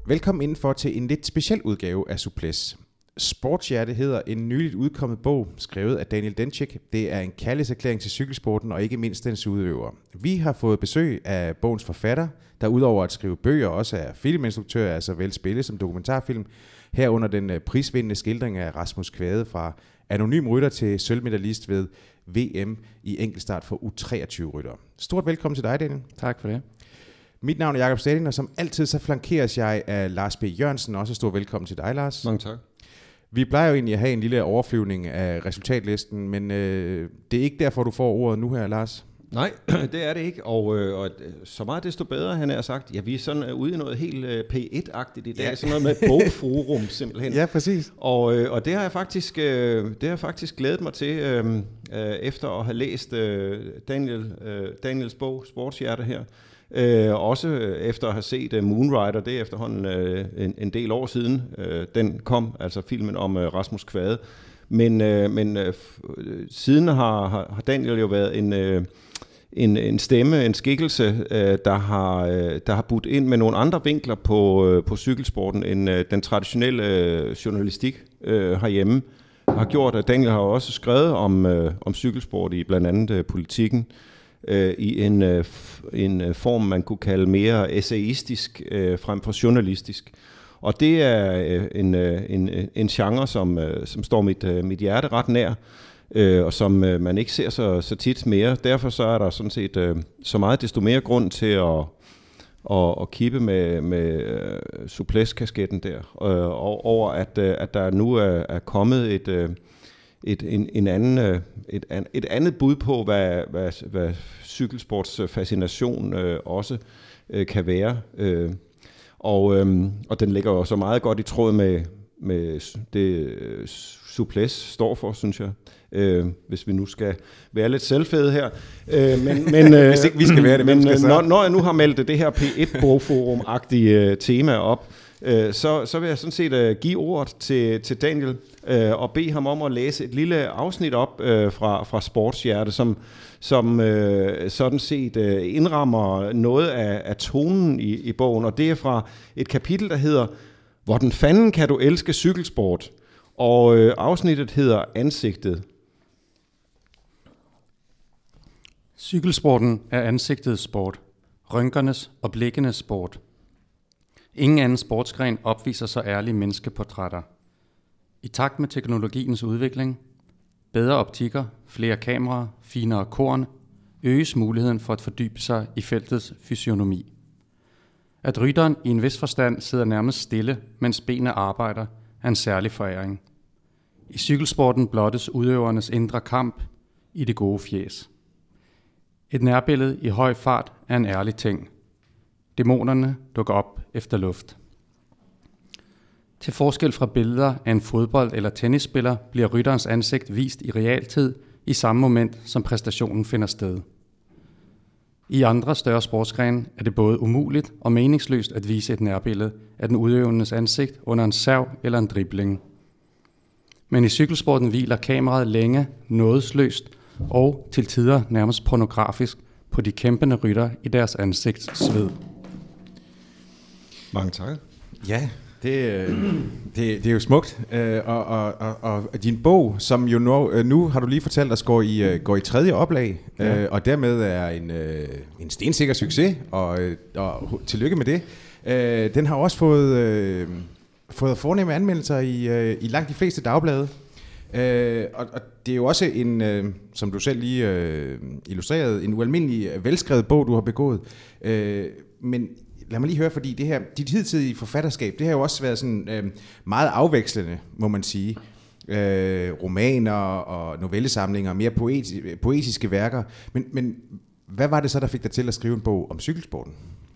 Velkommen indenfor til en lidt speciel udgave af Suples. Sportshjerte hedder en nyligt udkommet bog, skrevet af Daniel Dencik. Det er en kærlighedserklæring til cykelsporten og ikke mindst dens udøver. Vi har fået besøg af bogens forfatter, der udover at skrive bøger også er filminstruktør af såvel spille som dokumentarfilm. Herunder den prisvindende skildring af Rasmus Kvade fra anonym rytter til sølvmedalist ved VM i enkeltstart for U23-rytter. Stort velkommen til dig, Daniel. Tak for det. Mit navn er Jakob Stadling, og som altid så flankeres jeg af Lars B. Jørgensen. Også stor velkommen til dig, Lars. Mange tak. Vi plejer jo egentlig at have en lille overflyvning af resultatlisten, men det er ikke derfor, du får ordet nu her, Lars. Nej, det er det ikke, og så meget desto bedre, han har sagt. Ja, vi er sådan ude i noget helt P1-agtigt i dag, ja. Sådan noget med bogforum simpelthen. Ja, præcis. Og det har jeg faktisk glædet mig til, efter at have læst Daniels bog, Sportshjerte her. Også efter at have set Moonrider, det er efterhånden en del år siden, den kom, altså filmen om Rasmus Kvade. Men siden har Daniel jo været en stemme, en skikkelse, der har budt ind med nogle andre vinkler på cykelsporten end den traditionelle journalistik herhjemme har gjort. At Daniel har også skrevet om cykelsport i blandt andet Politikken, i en form, man kunne kalde mere essayistisk frem for journalistisk. Og det er en genre, som står mit hjerte ret nær, og som man ikke ser så tit mere. Derfor så er der sådan set så meget desto mere grund til at kippe med Suples-kasketten der, over at der nu er kommet et andet bud på, hvad cykelsports fascination også kan være. Og den ligger jo så meget godt i tråd med det Suples står for, synes jeg. Hvis vi nu skal være lidt selvfede her. Men hvis ikke vi skal være det, men når jeg nu har meldt det her P1-bogforum-agtige tema op, så vil jeg sådan set give ordet til Daniel og bede ham om at læse et lille afsnit op fra Sportshjerte, som sådan set indrammer noget af tonen i bogen. Og det er fra et kapitel, der hedder Hvordan fanden kan du elske cykelsport? Og afsnittet hedder Ansigtet. Cykelsporten er ansigtets sport, rynkernes og blikkenes sport. Ingen anden sportsgren opviser så ærlige menneskeportrætter. I takt med teknologiens udvikling, bedre optikker, flere kameraer, finere korn, øges muligheden for at fordybe sig i feltets fysionomi. At rytteren i en vis forstand sidder nærmest stille, mens benene arbejder, er en særlig foræring. I cykelsporten blottes udøvernes indre kamp i det gode fjæs. Et nærbillede i høj fart er en ærlig ting. Dæmonerne dukker op efter luft. Til forskel fra billeder af en fodbold- eller tennisspiller, bliver rytterens ansigt vist i realtid i samme moment, som præstationen finder sted. I andre større sportsgrene er det både umuligt og meningsløst at vise et nærbillede af den udøvendes ansigt under en serv eller en dribling. Men i cykelsporten hviler kameraet længe, nådesløst og til tider nærmest pornografisk på de kæmpende rytter i deres ansigts sved. Mange tak. Ja, det er jo smukt. Og din bog, som jo nu har du lige fortalt os, går i tredje oplag, ja. Og dermed er en stensikker succes, og tillykke med det. Den har også fået fornemme anmeldelser i langt de fleste dagblade. Og det er jo også en, som du selv lige illustrerede, en ualmindelig velskrevet bog, du har begået. Men lad mig lige høre, fordi dit hidtidige forfatterskab, det har jo også været sådan meget afvekslende, må man sige. Romaner og novellesamlinger, mere poetiske værker. Men hvad var det så, der fik dig til at skrive en bog om cykelsporten?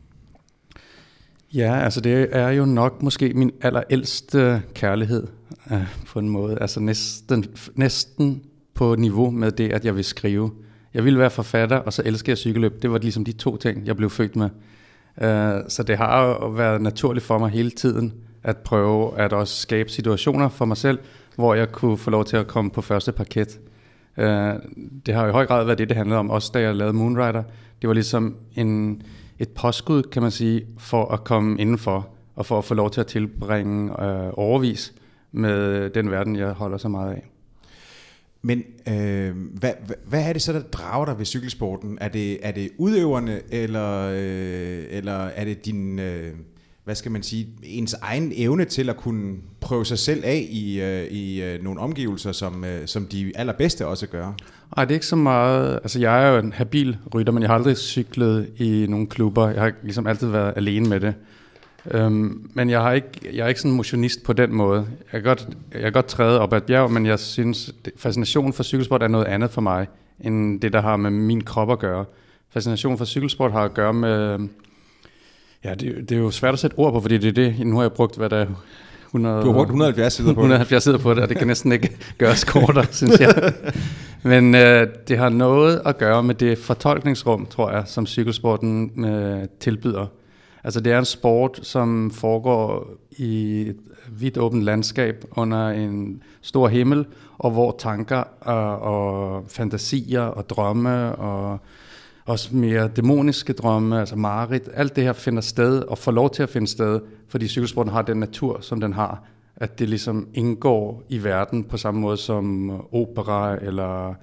Ja, altså det er jo nok måske min allerældste kærlighed på en måde. Altså næsten på niveau med det, at jeg vil skrive. Jeg ville være forfatter, og så elsker jeg cykelløb. Det var ligesom de to ting, jeg blev født med. Så det har jo været naturligt for mig hele tiden at prøve at også skabe situationer for mig selv, hvor jeg kunne få lov til at komme på første parket. Det har i høj grad været det handlede om, også da jeg lavede Moonrider. Det var ligesom et påskud, kan man sige, for at komme indenfor. og for at få lov til at tilbringe overvis med den verden, jeg holder så meget af. Men hvad er det så, der drager dig ved cykelsporten? Er det udøverne, eller er det din, hvad skal man sige, ens egen evne til at kunne prøve sig selv af i nogle omgivelser, som de allerbedste også gør? Nej, det er ikke så meget. Altså, jeg er jo en habil rytter, men jeg har aldrig cyklet i nogle klubber. Jeg har ligesom altid været alene med det. Men jeg er ikke sådan en motionist på den måde. Jeg kan godt træde op ad et bjerg, men jeg synes, fascinationen for cykelsport er noget andet for mig, end det, der har med min krop at gøre. Fascinationen for cykelsport har at gøre med... Ja, det er jo svært at sætte ord på, fordi det er det. Nu har jeg brugt, hvad der er... 100, du har brugt 170 sider på 170 sider på det, og det kan næsten ikke gøres kortere, synes jeg. Men det har noget at gøre med det fortolkningsrum, tror jeg, som cykelsporten tilbyder. Altså det er en sport, som foregår i et vidt åbent landskab under en stor himmel, og hvor tanker og fantasier og drømme og også mere dæmoniske drømme, altså mareridt, alt det her finder sted og får lov til at finde sted, fordi cykelsporten har den natur, som den har, at det ligesom indgår i verden på samme måde som opera eller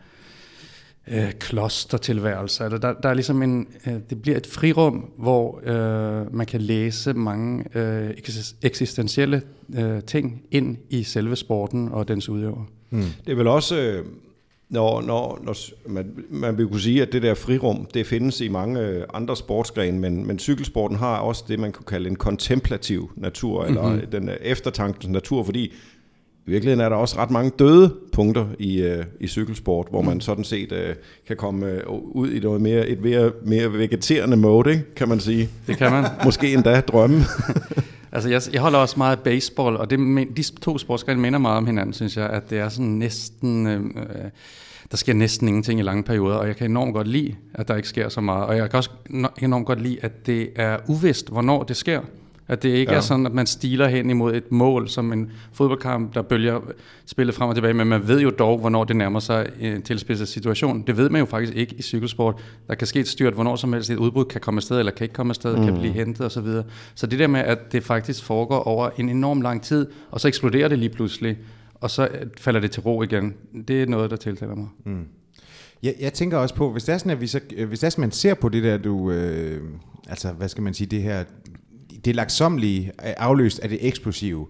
klostertilværelse. Eller der er ligesom det bliver et frirum, hvor man kan læse mange eksistentielle ting ind i selve sporten og dens udøver. Det er vel også... Når man vil kunne sige, at det der frirum, det findes i mange andre sportsgrene, men cykelsporten har også det, man kunne kalde en kontemplativ natur, eller den eftertankens natur, fordi i virkeligheden er der også ret mange døde punkter i cykelsport, hvor man sådan set kan komme ud i noget mere vegeterende mode, ikke, kan man sige. Det kan man. Måske endda drømme. Altså jeg holder også meget af baseball, og de to sportsgrene minder meget om hinanden, synes jeg, at det er sådan næsten, der sker næsten ingenting i lange perioder, og jeg kan enormt godt lide, at der ikke sker så meget, og jeg kan også enormt godt lide, at det er uvist, hvornår det sker. At det ikke er sådan, at man stiler hen imod et mål, som en fodboldkamp, der bølger spillet frem og tilbage, men man ved jo dog, hvornår det nærmer sig en tilspidset situation. Det ved man jo faktisk ikke i cykelsport. Der kan ske et styrt, hvornår som helst et udbrud kan komme afsted, eller kan ikke komme afsted, kan blive hentet osv. Så det der med, at det faktisk foregår over en enorm lang tid, og så eksploderer det lige pludselig, og så falder det til ro igen. Det er noget, der tiltaler mig. Jeg tænker også på, hvis det er sådan, at man ser på det der, altså hvad skal man sige, det her... Det langsomlige afløst af det eksplosive.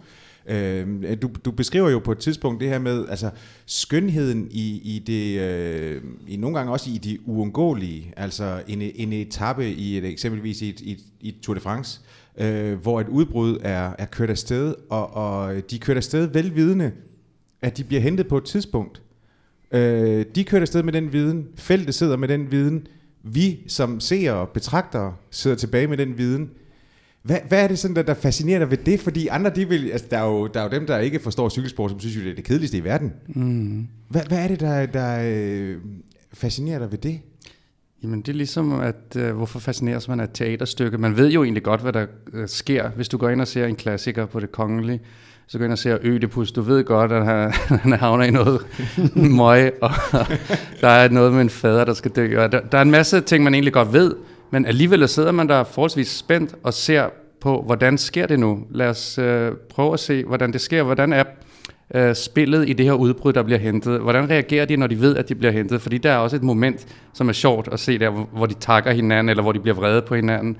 Du beskriver jo på et tidspunkt det her med altså skønheden i det, i nogle gange også i det uundgåelige, altså en etape i eksempelvis i et Tour de France, hvor et udbrud er kørt afsted, og de kørt afsted velvidende, at de bliver hentet på et tidspunkt. De kører afsted med den viden, feltet sidder med den viden, vi som seere og betragtere sidder tilbage med den viden. Hvad er det sådan, der fascinerer dig ved det? Fordi andre, de vil, altså, der er jo dem, der ikke forstår cykelsport, som synes jo, det er det kedeligste i verden. Hvad er det, der fascinerer dig ved det? Jamen, det er ligesom, at hvorfor fascineres man af et teaterstykke? Man ved jo egentlig godt, hvad der sker, hvis du går ind og ser en klassiker på Det Kongelige. Så går ind og ser Ødipus. Du ved godt, at han havner i noget møg, og der er noget med en fader, der skal dø. Og der er en masse ting, man egentlig godt ved, men alligevel sidder man der forholdsvis spændt og ser på, hvordan sker det nu? Lad os prøve at se, hvordan det sker. Hvordan er spillet i det her udbrud, der bliver hentet? Hvordan reagerer de, når de ved, at de bliver hentet? Fordi der er også et moment, som er sjovt at se der, hvor de takker hinanden, eller hvor de bliver vrede på hinanden.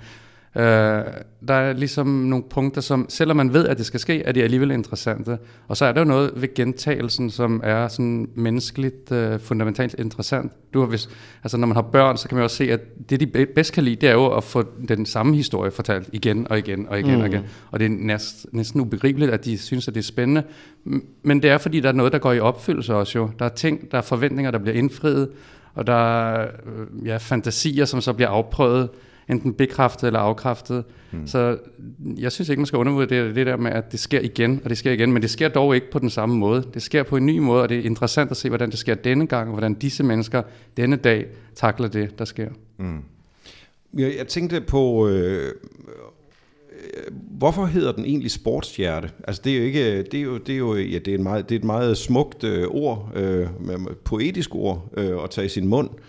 Der er ligesom nogle punkter, som selvom man ved, at det skal ske, er de alligevel interessante. Og så er der jo noget ved gentagelsen, som er sådan menneskeligt fundamentalt interessant. Altså når man har børn, så kan man også se, at det de bedst kan lide, det er jo at få den samme historie fortalt igen og igen og igen og igen. Og det er næsten ubegribeligt, at de synes, at det er spændende. Men det er, fordi der er noget, der går i opfyldelse også jo. Der er ting, der er forventninger, der bliver indfriet, og der er fantasier, som så bliver afprøvet, enten bekræftet eller afkræftet. Så jeg synes ikke, man skal undervurdere det der med, at det sker igen, og det sker igen, men det sker dog ikke på den samme måde. Det sker på en ny måde, og det er interessant at se, hvordan det sker denne gang, og hvordan disse mennesker denne dag takler det, der sker. Jeg tænkte på, hvorfor hedder den egentlig sportshjerte? Altså det er jo ikke, det er et meget smukt ord, poetisk ord at tage i sin mund.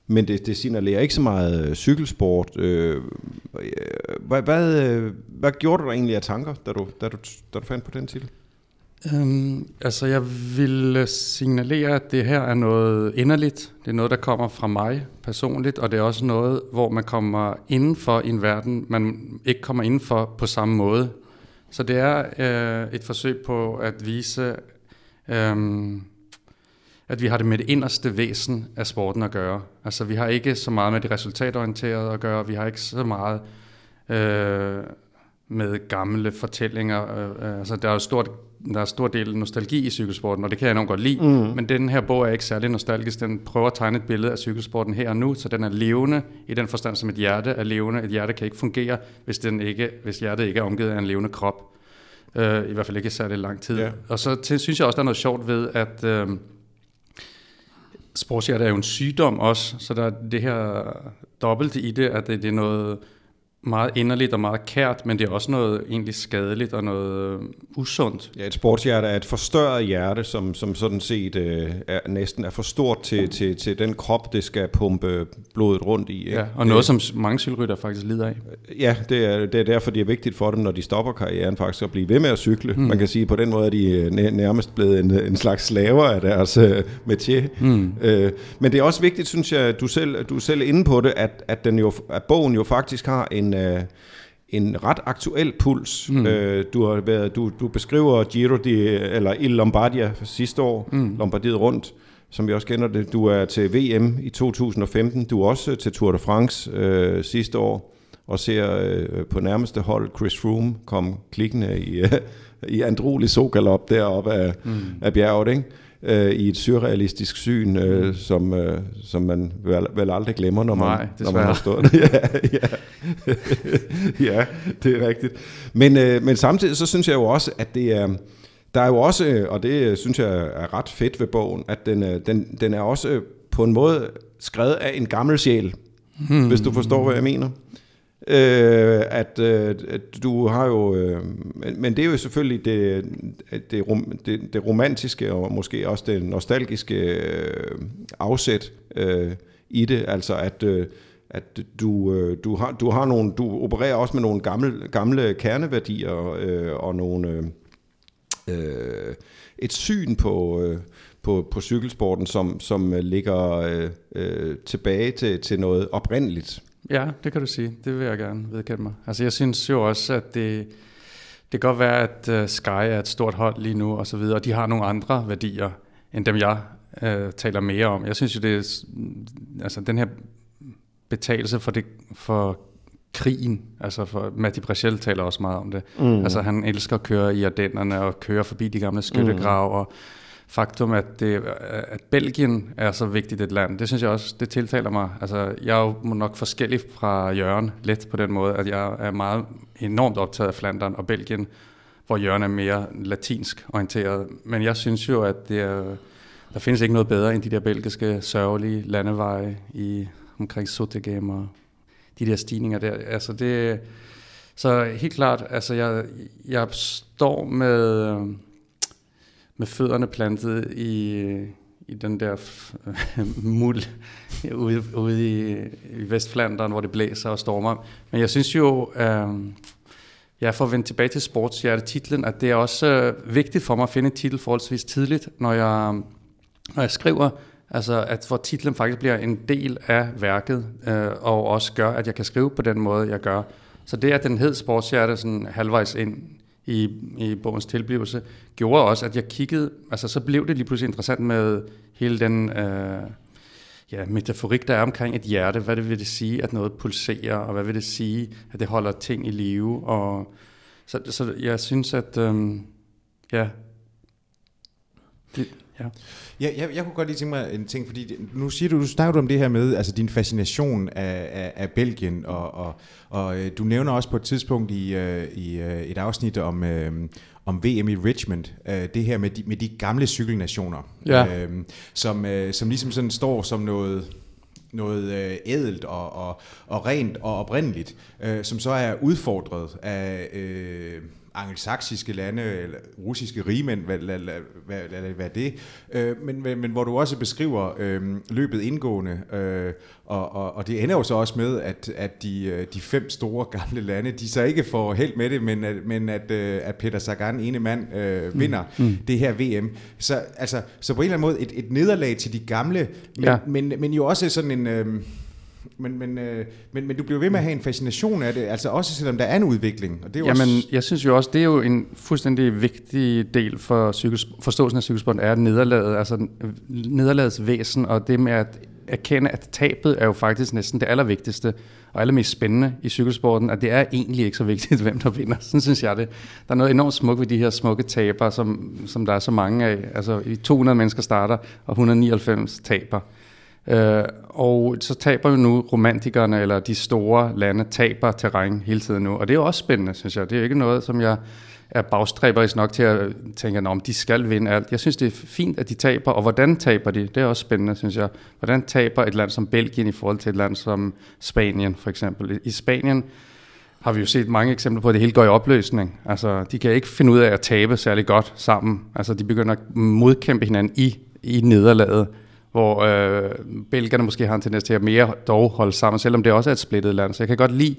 Men det signalerer ikke så meget cykelsport. Hvad gjorde du der egentlig af tanker, da du fandt på den titel? Altså jeg vil signalere, at det her er noget inderligt. Det er noget, der kommer fra mig personligt, og det er også noget, hvor man kommer indenfor i en verden, man ikke kommer indenfor på samme måde. Så det er et forsøg på at vise, at vi har det med det inderste væsen af sporten at gøre. Altså vi har ikke så meget med det resultatorienterede at gøre, vi har ikke så meget med gamle fortællinger. Altså der er stor del nostalgi i cykelsporten, og det kan jeg enormt godt lide. Men den her bog er ikke særlig nostalgisk. Den prøver at tegne et billede af cykelsporten her og nu, så den er levende i den forstand, som et hjerte er levende. Et hjerte kan ikke fungere, hvis hjertet ikke er omgivet af en levende krop. I hvert fald ikke særlig lang tid. Yeah. Og så synes jeg også, der er noget sjovt ved, at sportshjerte er jo en sygdom også, så der er det her dobbelte i det, at det er noget meget inderligt og meget kært, men det er også noget egentlig skadeligt og noget usundt. Ja, et sportshjerte er et forstørret hjerte, som sådan set næsten er for stort til den krop, det skal pumpe blodet rundt i. Ja, og noget, som mange cykelryttere faktisk lider af. Ja, det er derfor, det er vigtigt for dem, når de stopper karrieren, faktisk at blive ved med at cykle. Man kan sige, på den måde er de nærmest blevet en slags slaver af deres métier. Men det er også vigtigt, synes jeg, du er selv inde på det, at bogen jo faktisk har en ret aktuel puls. Du beskriver Giro eller Il Lombardia sidste år, Lombardiet rundt, som vi også kender det. Du er til VM i 2015. Du er også til Tour de France sidste år, og ser på nærmeste hold Chris Froome komme klikkende i androlig sogalop deroppe af bjerget, ikke? I et surrealistisk syn, som man vel aldrig glemmer, når man har stået. Ja, det er rigtigt. Men samtidig så synes jeg jo også, at det er, der er jo også, og det synes jeg er ret fedt ved bogen, at den er også på en måde skrevet af en gammel sjæl, hvis du forstår, hvad jeg mener. At du har jo, men det er jo selvfølgelig det romantiske og måske også det nostalgiske afsæt i det, altså at du har nogle, du opererer også med nogle gamle kerneværdier og nogle et syn på cykelsporten, som ligger tilbage til noget oprindeligt. Ja, det kan du sige. Det vil jeg gerne vedkende mig. Altså jeg synes jo også, at det kan godt være, at Sky er et stort hold lige nu, og så videre, og de har nogle andre værdier, end dem jeg taler mere om. Jeg synes jo, det er altså den her betalelse for krigen, altså for Matti Brechel taler også meget om det. Altså han elsker at køre i Ardennerne og køre forbi de gamle skyttegrave, og faktum, at Belgien er så vigtigt et land, det synes jeg også, det tiltaler mig. Altså, jeg er jo nok forskellig fra Jørgen lidt på den måde, at jeg er meget enormt optaget af Flandern og Belgien, hvor Jørgen er mere latinsk orienteret. Men jeg synes jo, at der findes ikke noget bedre end de der belgiske sørgelige landeveje omkring Sottegem og de der stigninger der. Altså så helt klart, altså jeg står med fødderne plantet i den der muld ude i Vestflandern, hvor det blæser og stormer. Men jeg synes jo, for at vende tilbage til sportshjerte-titlen, at det er også vigtigt for mig at finde en titel forholdsvis tidligt, når jeg skriver, altså at hvor titlen faktisk bliver en del af værket, og også gør, at jeg kan skrive på den måde, jeg gør. Så det, at den hed sportshjerte sådan halvvejs ind i bogens tilblivelse, gjorde også, at jeg kiggede, altså så blev det lige pludselig interessant med hele den metaforik, der er omkring et hjerte. Hvad det vil det sige, at noget pulserer, og hvad vil det sige, at det holder ting i live. Og så jeg synes, at Jeg kunne godt lige tænke mig en ting, fordi nu snakker du om det her med, altså din fascination af Belgien, og du nævner også på et tidspunkt i et afsnit om VM i Richmond, det her med de gamle cykelnationer, som ligesom sådan står som noget ædelt og rent og oprindeligt, som så er udfordret angelsaksiske lande, eller russiske rigmænd, hvad det. Men hvor du også beskriver løbet indgående, og det ender jo så også med, at de 5 store gamle lande, de så ikke får held med det, men at Peter Sagan, ene mand, vinder det her VM. Så på en eller anden måde et nederlag til de gamle, men jo også sådan en... Men du bliver ved med at have en fascination af det, altså også selvom der er en udvikling. Og det er jo også... jeg synes jo også, det er jo en fuldstændig vigtig del for forståelsen af cykelsport, er nederlaget, altså nederlagets væsen, og det med at erkende, at tabet er jo faktisk næsten det allervigtigste og allermest spændende i cykelsporten, at det er egentlig ikke så vigtigt, hvem der vinder. Sådan synes jeg det. Der er noget enormt smukt ved de her smukke taber, som der er så mange af. Altså 200 mennesker starter, og 199 taber. Og så taber jo nu romantikerne, eller de store lande, taber terræn hele tiden nu. Og det er jo også spændende, synes jeg. Det er jo ikke noget, som jeg er bagstræberisk nok til at tænke, om de skal vinde alt. Jeg synes, det er fint, at de taber, og hvordan taber de? Det er også spændende, synes jeg. Hvordan taber et land som Belgien i forhold til et land som Spanien, for eksempel? I Spanien har vi jo set mange eksempler på, at det hele går i opløsning. Altså, de kan ikke finde ud af at tabe særlig godt sammen. Altså, de begynder at modkæmpe hinanden i nederlaget, hvor belgerne måske har en tendens til at mere dog holde sammen, selvom det også er et splittet land. Så jeg kan godt lide,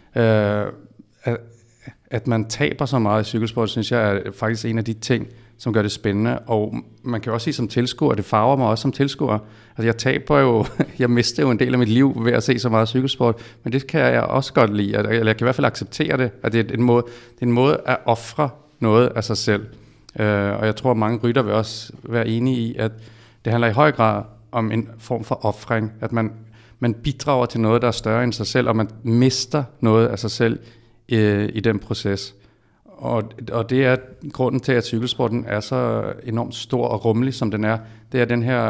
at man taber så meget i cykelsport, synes jeg er faktisk en af de ting, som gør det spændende. Og man kan også sige som tilskuer, det farver mig også som tilskuer. Altså jeg mister jo en del af mit liv ved at se så meget cykelsport, men det kan jeg også godt lide, eller jeg kan i hvert fald acceptere det, at det er en måde at ofre noget af sig selv. Og jeg tror, at mange rytter vil også være enige i, at det handler i høj grad om en form for ofring, at man bidrager til noget, der er større end sig selv, og man mister noget af sig selv i den proces. Og det er grunden til, at cykelsporten er så enormt stor og rummelig, som den er. Det er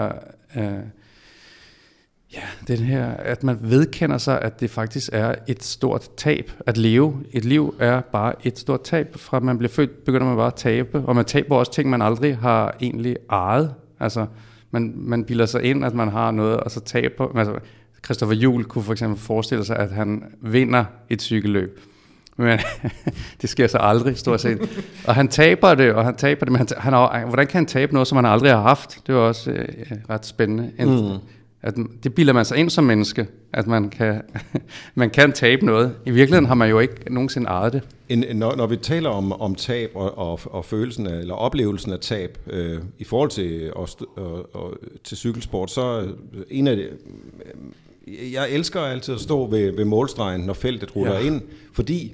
den her, at man vedkender sig, at det faktisk er et stort tab at leve. Et liv er bare et stort tab. Fra man bliver født, begynder man bare at tabe, og man taber også ting, man aldrig har egentlig ejet. Altså, man bilder sig ind, at man har noget, og så taber. Altså, Christopher Juhl kunne for eksempel forestille sig, at han vinder et cykelløb. Men det sker så aldrig, stort set. Og han taber det, men hvordan kan han tabe noget, som han aldrig har haft? Det er også ret spændende. At det bilder man sig ind som menneske, at man kan tabe noget. I virkeligheden har man jo ikke nogensinde ejet det. Når vi taler om tab og følelsen af, eller oplevelsen af tab i forhold til cykelsport, så en af det... Jeg elsker altid at stå ved målstregen, når feltet ruller ind, fordi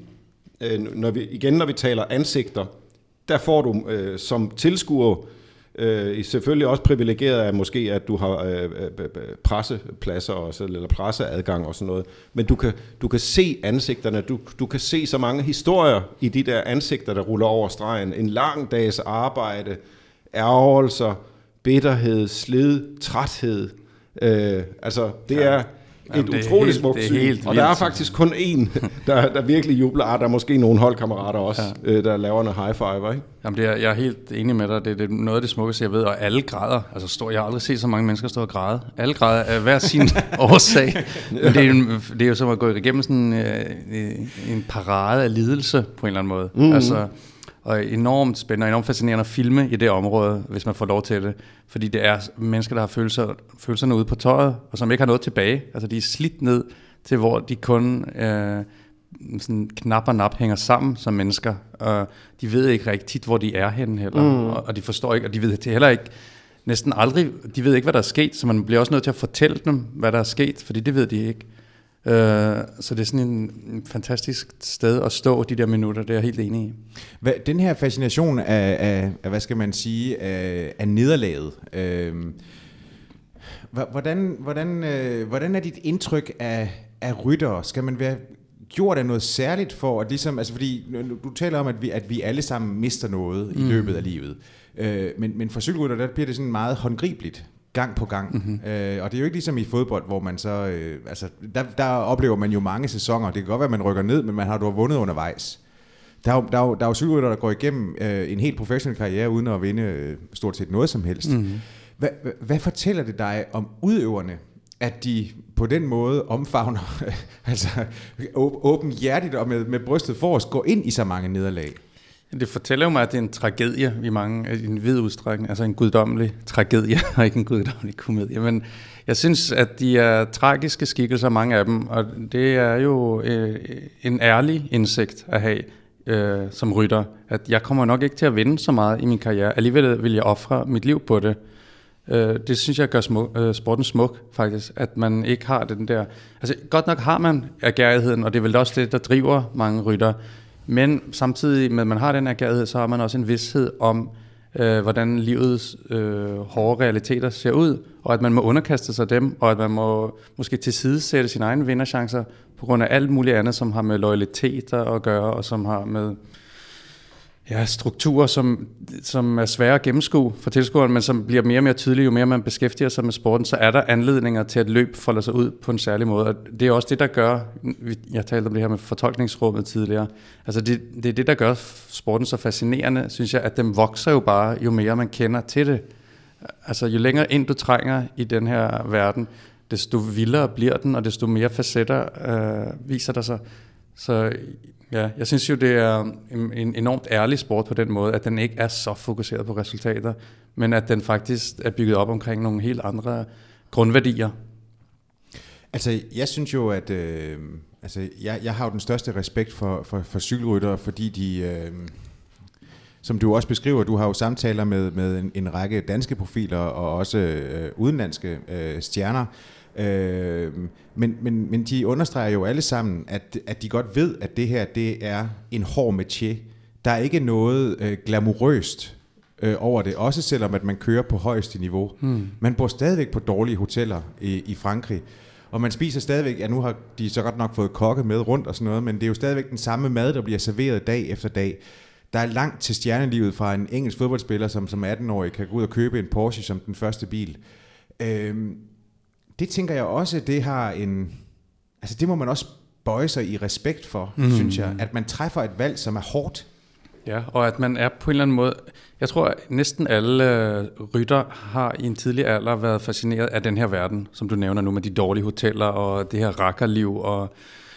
når vi taler ansigter, der får du som tilskuer selvfølgelig også privilegeret af måske, at du har pressepladser eller presseadgang og sådan noget, men du kan se ansigterne, du kan se så mange historier i de der ansigter, der ruller over stregen. En lang dags arbejde, ærgelser, bitterhed, slid, træthed. Det er et utroligt smukt syn, og der er faktisk kun én, der virkelig jubler. Der er måske nogle holdkammerater også, der laver en high five, ikke? Jamen, jeg er helt enig med dig. Det er noget af det smukkeste, jeg ved, og alle græder. Altså, jeg har aldrig set så mange mennesker stå og græde. Alle græder af hver sin årsag. Men det er jo som at gå igennem sådan en parade af lidelse på en eller anden måde. Mm-hmm. Altså, og enormt spændende og enormt fascinerende at filme i det område, hvis man får lov til det. Fordi det er mennesker, der har følelserne ude på tøjet, og som ikke har noget tilbage. Altså de er slidt ned til, hvor de kun sådan knap og nap hænger sammen som mennesker. Og de ved ikke rigtigt, hvor de er henne heller. Og de forstår ikke, og de ved heller ikke, næsten aldrig, de ved ikke, hvad der er sket. Så man bliver også nødt til at fortælle dem, hvad der er sket, fordi det ved de ikke. Så det er sådan en fantastisk sted at stå de der minutter, det er jeg helt enig i. Den her fascination af hvad skal man sige, af nederlaget, hvordan er dit indtryk af ryttere? Skal man være gjort af noget særligt for at ligesom, altså fordi du taler om, at vi alle sammen mister noget i løbet af livet, men for cykelrytter, der bliver det sådan meget håndgribeligt. Gang på gang. Mm-hmm. Og det er jo ikke ligesom i fodbold, hvor man så... der oplever man jo mange sæsoner. Det kan godt være, at man rykker ned, men man har vundet undervejs. Der er jo cykelrytter, der går igennem en helt professionel karriere, uden at vinde stort set noget som helst. Mm-hmm. Hvad fortæller det dig om udøverne, at de på den måde omfavner, altså åbenhjertigt og med brystet forrest, går ind i så mange nederlag? Det fortæller jo mig, at det er en tragedie i en vid udstrækning, altså en guddommelig tragedie, og ikke en guddommelig komedie. Men jeg synes, at de er tragiske skikkelser, mange af dem, og det er jo en ærlig indsigt at have som rytter, at jeg kommer nok ikke til at vinde så meget i min karriere. Alligevel vil jeg ofre mit liv på det. Det synes jeg gør sporten smuk, faktisk, at man ikke har den der... Altså, godt nok har man ærgerigheden, og det er vel også det, der driver mange rytter, men samtidig med, at man har den ærgerighed, så har man også en vished om, hvordan livets hårde realiteter ser ud, og at man må underkaste sig dem, og at man må måske tilsidesætte sine egne vinderchancer på grund af alt muligt andet, som har med loyaliteter at gøre, og som har med strukturer, som er svære at gennemskue for tilskueren, men som bliver mere og mere tydelige, jo mere man beskæftiger sig med sporten, så er der anledninger til at løb folder sig ud på en særlig måde. Og det er også det, der gør, jeg talte om det her med fortolkningsrummet tidligere, altså det er det, der gør sporten så fascinerende, synes jeg, at den vokser jo bare, jo mere man kender til det. Altså jo længere ind du trænger i den her verden, desto vildere bliver den, og desto mere facetter viser der sig. Så ja, jeg synes jo, det er en enormt ærlig sport på den måde, at den ikke er så fokuseret på resultater, men at den faktisk er bygget op omkring nogle helt andre grundværdier. Altså, jeg synes jo, at jeg har jo den største respekt for cykelryttere, fordi de, som du også beskriver, du har jo samtaler med en række danske profiler og også udenlandske stjerner, men de understreger jo alle sammen, at de godt ved, at det her, det er en hård métier. Der er ikke noget glamourøst over det, også selvom at man kører på højeste niveau. Man bor stadigvæk på dårlige hoteller i Frankrig, og man spiser stadigvæk, ja, nu har de så godt nok fået kokke med rundt og sådan noget, men det er jo stadigvæk den samme mad, der bliver serveret dag efter dag. Der er langt til stjernelivet fra en engelsk fodboldspiller, som 18-årig kan gå ud og købe en Porsche som den første bil. Det tænker jeg også, det har altså det må man også bøje sig i respekt for, synes jeg, at man træffer et valg, som er hårdt. Ja, og at man er på en eller anden måde, jeg tror, at næsten alle rytter har i en tidlig alder været fascineret af den her verden, som du nævner nu, med de dårlige hoteller og det her rakkerliv. Og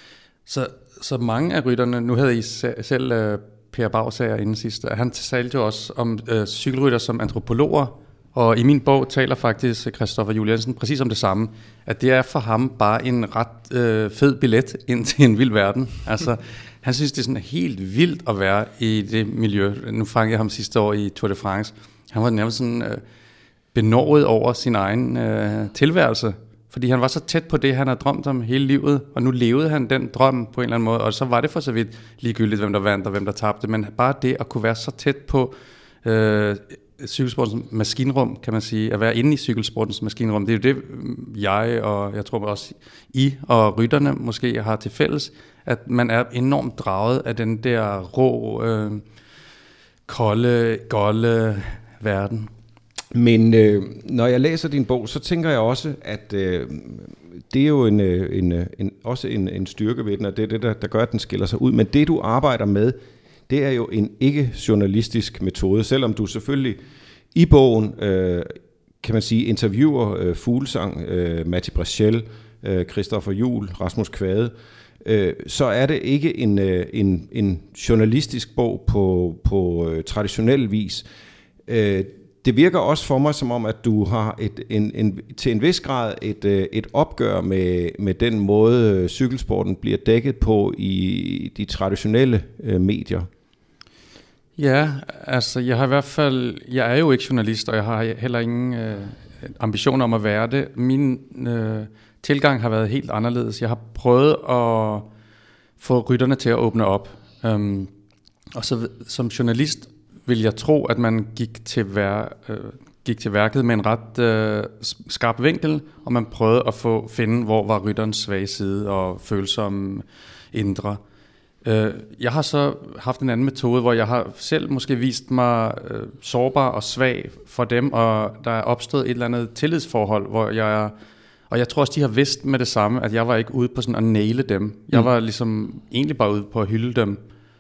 så mange af rytterne, nu havde I selv Per Bagsager inden sidst, han talte jo også om cykelrytter som antropologer, og i min bog taler faktisk Christoffer Juel Jensen præcis om det samme, at det er for ham bare en ret fed billet ind til en vild verden. Altså, han synes, det er sådan helt vildt at være i det miljø. Nu fangede jeg ham sidste år i Tour de France. Han var nærmest sådan benådet over sin egen tilværelse, fordi han var så tæt på det, han havde drømt om hele livet, og nu levede han den drøm på en eller anden måde, og så var det for så vidt ligegyldigt, hvem der vandt og hvem der tabte, men bare det at kunne være så tæt på cykelsportens maskinrum, kan man sige, at være inde i cykelsportens maskinrum, det er jo det, jeg og jeg tror også I og rytterne måske har til fælles, at man er enormt draget af den der rå, kolde, golde verden. Men når jeg læser din bog, så tænker jeg også, at det er jo også en styrke ved den, og det er det, der gør, at den skiller sig ud. Men det, du arbejder med, det er jo en ikke-journalistisk metode, selvom du selvfølgelig i bogen, kan man sige, interviewer Fuglsang, Matti Breschel, Christoffer Juel, Rasmus Kvade, så er det ikke en journalistisk bog på traditionel vis. Det virker også for mig som om, at du har til en vis grad et opgør med den måde, cykelsporten bliver dækket på i de traditionelle medier. Ja, altså jeg er jo ikke journalist, og jeg har heller ingen ambition om at være det. Min tilgang har været helt anderledes. Jeg har prøvet at få rytterne til at åbne op. Og så som journalist vil jeg tro, at man gik til værket med en ret skarp vinkel, og man prøvede at finde, hvor var rytterens svage side og følsomme indre. Jeg har så haft en anden metode, hvor jeg har selv måske vist mig sårbar og svag for dem, og der er opstået et eller andet tillidsforhold, hvor jeg tror også, de har vidst med det samme, at jeg var ikke ude på sådan at næle dem. Jeg var ligesom egentlig bare ude på at hylde dem.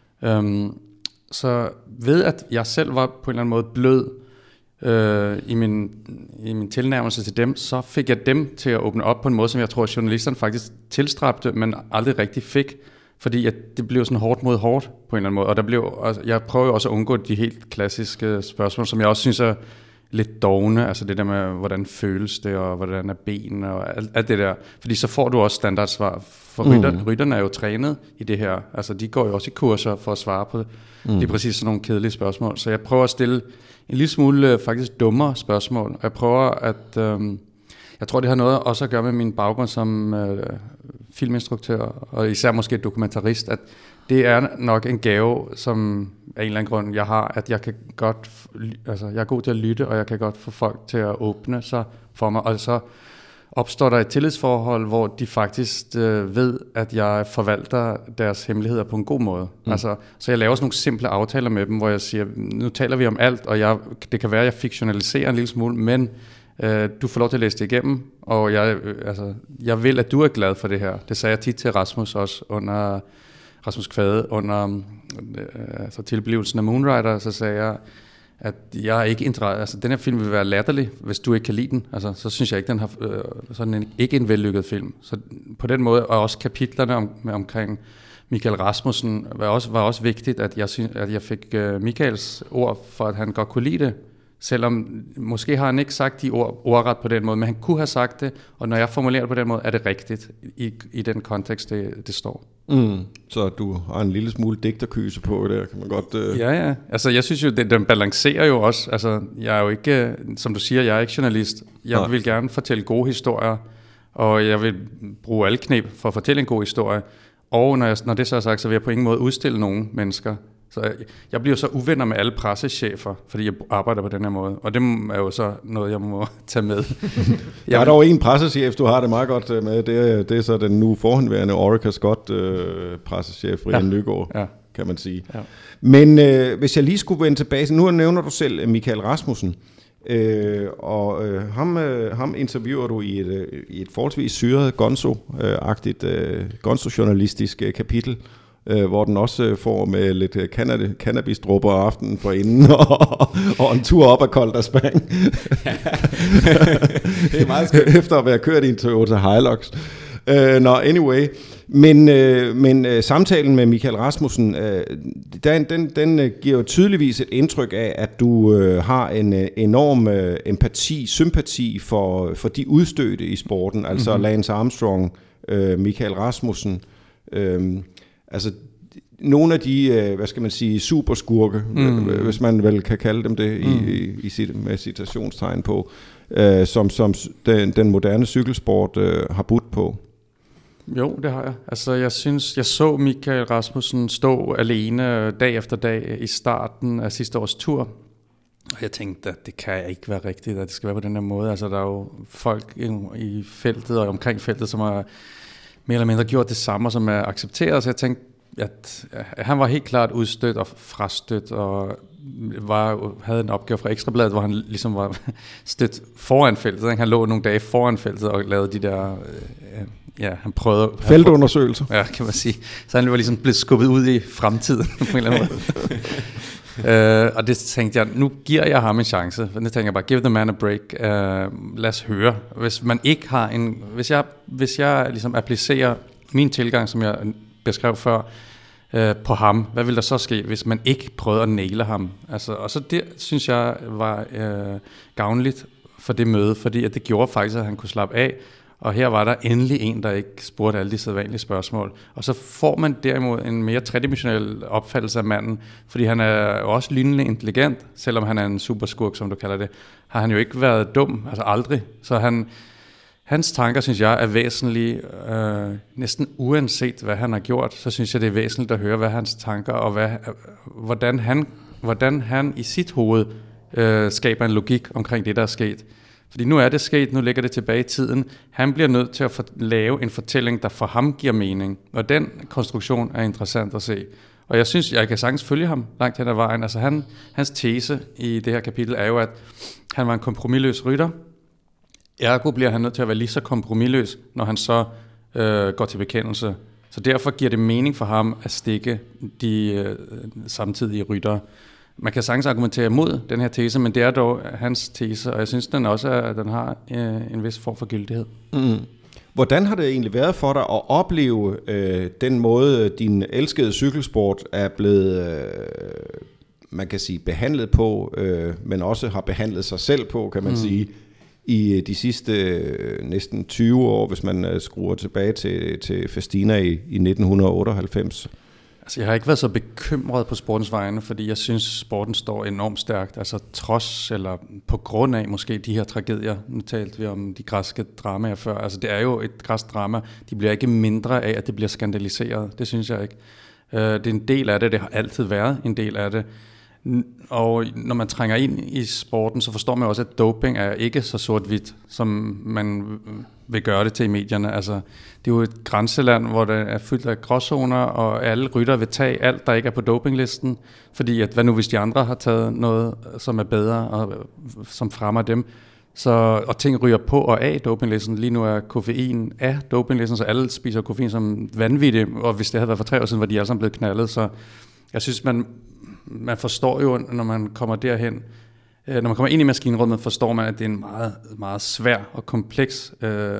Så ved at jeg selv var på en eller anden måde blød i min tilnærmelse til dem, så fik jeg dem til at åbne op på en måde, som jeg tror, at journalisterne faktisk tilstræbte, men aldrig rigtig fik. Fordi det blev sådan hårdt mod hårdt på en eller anden måde. Og jeg prøver jo også at undgå de helt klassiske spørgsmål, som jeg også synes er lidt dovne. Altså det der med, hvordan føles det, og hvordan er benene, og alt det der. Fordi så får du også standardsvar. For rytterne er jo trænet i det her. Altså de går jo også i kurser for at svare på lige præcis sådan nogle kedelige spørgsmål. Så jeg prøver at stille en lille smule faktisk dummere spørgsmål. Og jeg prøver at... jeg tror, det har noget også at gøre med min baggrund som filminstruktør, og især måske dokumentarist, at det er nok en gave, som af en eller anden grund, jeg har, at jeg kan godt, altså jeg er god til at lytte, og jeg kan godt få folk til at åbne sig for mig, og så opstår der et tillidsforhold, hvor de faktisk ved, at jeg forvalter deres hemmeligheder på en god måde. Altså, så jeg laver sådan nogle simple aftaler med dem, hvor jeg siger, nu taler vi om alt, og det kan være, at jeg fiktionaliserer en lille smule, men du får lov til at læse det igennem, og jeg vil, at du er glad for det her. Det sagde jeg tit til Rasmus også, under Rasmus Kvade, under tilblivelsen af Moonrider, så sagde jeg, at jeg er ikke interesseret. Altså, den her film vil være latterlig, hvis du ikke kan lide den. Altså, så synes jeg ikke, den har sådan ikke en vellykket film. Så på den måde, og også kapitlerne omkring Michael Rasmussen, var også vigtigt, at jeg fik Michaels ord for, at han godt kunne lide det. Selvom måske har han ikke sagt de ordret på den måde, men han kunne have sagt det, og når jeg formulerer det på den måde, er det rigtigt i den kontekst, det står. Så du har en lille smule digterkyse på der, kan man godt... Ja. Altså, jeg synes jo, den balancerer jo også. Altså, jeg er jo ikke, som du siger, jeg er ikke journalist. Jeg vil gerne fortælle gode historier, og jeg vil bruge alle knep for at fortælle en god historie. Og når det så er sagt, så vil jeg på ingen måde udstille nogen mennesker. Så jeg bliver så uvenner med alle pressechefer, fordi jeg arbejder på den her måde. Og det er jo så noget, jeg må tage med. Der er dog en pressechef, du har det meget godt med. Det er så den nu forhenværende Orica Scott pressechef, Brian Nygaard, kan man sige. Ja. Men hvis jeg lige skulle vende tilbage, nu nævner du selv Michael Rasmussen. Ham interviewer du i et forholdsvis syret Gonzo-agtigt Gonzo-journalistisk kapitel, hvor den også får med lidt cannabis-dråber aftenen for inden og en tur op ad Koldersbang. Det er meget skønt. Efter at være kørt i en Toyota Hilux. Anyway. Men samtalen med Michael Rasmussen, den giver jo tydeligvis et indtryk af, at du har en enorm empati, sympati for de udstødte i sporten, altså Lance Armstrong, Michael Rasmussen, altså nogle af de, hvad skal man sige, superskurke, hvis man vel kan kalde dem det med citationstegn på, som den moderne cykelsport har budt på. Jo, det har jeg. Altså, jeg så Michael Rasmussen stå alene dag efter dag i starten af sidste års tur. Og jeg tænkte, at det kan ikke være rigtigt, at det skal være på den her måde. Altså, der er jo folk i feltet og omkring feltet, som har mere eller mindre gjort det samme, som er accepteret. Så jeg tænkte, at han var helt klart udstødt og frastødt, og havde en opgave fra Ekstrabladet, hvor han ligesom var stødt foran feltet. Ikke? Han lå nogle dage foran feltet og lavede de der... han prøvede... Feltundersøgelser. Ja, kan man sige. Så han var ligesom blevet skubbet ud i fremtiden på en eller anden måde. Og det tænkte jeg, nu giver jeg ham en chance. For det tænker jeg bare, give the man a break. Lad os høre. Hvis man ikke har en... Hvis jeg ligesom applicerer min tilgang, som jeg beskrev før, på ham, hvad vil der så ske, hvis man ikke prøvede at naile ham? Altså, og så det, synes jeg, var gavnligt for det møde, fordi at det gjorde faktisk, at han kunne slappe af. Og her var der endelig en, der ikke spurgte alle de sædvanlige spørgsmål. Og så får man derimod en mere tredimensionel opfattelse af manden, fordi han er jo også lynende intelligent, selvom han er en superskurk, som du kalder det, har han jo ikke været dum, altså aldrig. Så hans tanker, synes jeg, er væsentlige, næsten uanset hvad han har gjort, så synes jeg, det er væsentligt at høre, hvad hans tanker, og hvordan han i sit hoved skaber en logik omkring det, der er sket. Fordi nu er det sket, nu ligger det tilbage i tiden. Han bliver nødt til at lave en fortælling, der for ham giver mening. Og den konstruktion er interessant at se. Og jeg synes, jeg kan sagtens følge ham langt hen ad vejen. Altså hans tese i det her kapitel er jo, at han var en kompromisløs rytter. Ergo bliver han nødt til at være lige så kompromisløs, når han så går til bekendelse. Så derfor giver det mening for ham at stikke de samtidige ryttere. Man kan sagtens argumentere imod den her tese, men det er dog hans tese, og jeg synes den også den har en vis form for gyldighed. Hvordan har det egentlig været for dig at opleve den måde, din elskede cykelsport er blevet, man kan sige, behandlet på, men også har behandlet sig selv på, kan man sige, i de sidste næsten 20 år, hvis man skruer tilbage til Festina i 1998? Altså, jeg har ikke været så bekymret på sportens vegne, fordi jeg synes, sporten står enormt stærkt. Altså trods eller på grund af måske de her tragedier. Nu talte vi om de græske dramaer før. Altså det er jo et græsk drama. De bliver ikke mindre af, at det bliver skandaliseret. Det synes jeg ikke. Det er en del af det. Det har altid været en del af det. Og når man trænger ind i sporten, så forstår man også, at doping er ikke så sort-hvidt, som man vil gøre det til i medierne. Altså, det er jo et grænseland, hvor der er fyldt af gråzoner, og alle rytter vil tage alt, der ikke er på dopinglisten. Fordi, hvad nu hvis de andre har taget noget, som er bedre, og som fremmer dem? Og ting ryger på og af dopinglisten. Lige nu er koffein af dopinglisten, så alle spiser koffein som vanvittigt. Og hvis det havde været for 3 år siden, var de alle sammen blevet knaldet. Så jeg synes, man forstår jo, når man kommer derhen, når man kommer ind i maskinrummet, forstår man, at det er en meget, meget svær og kompleks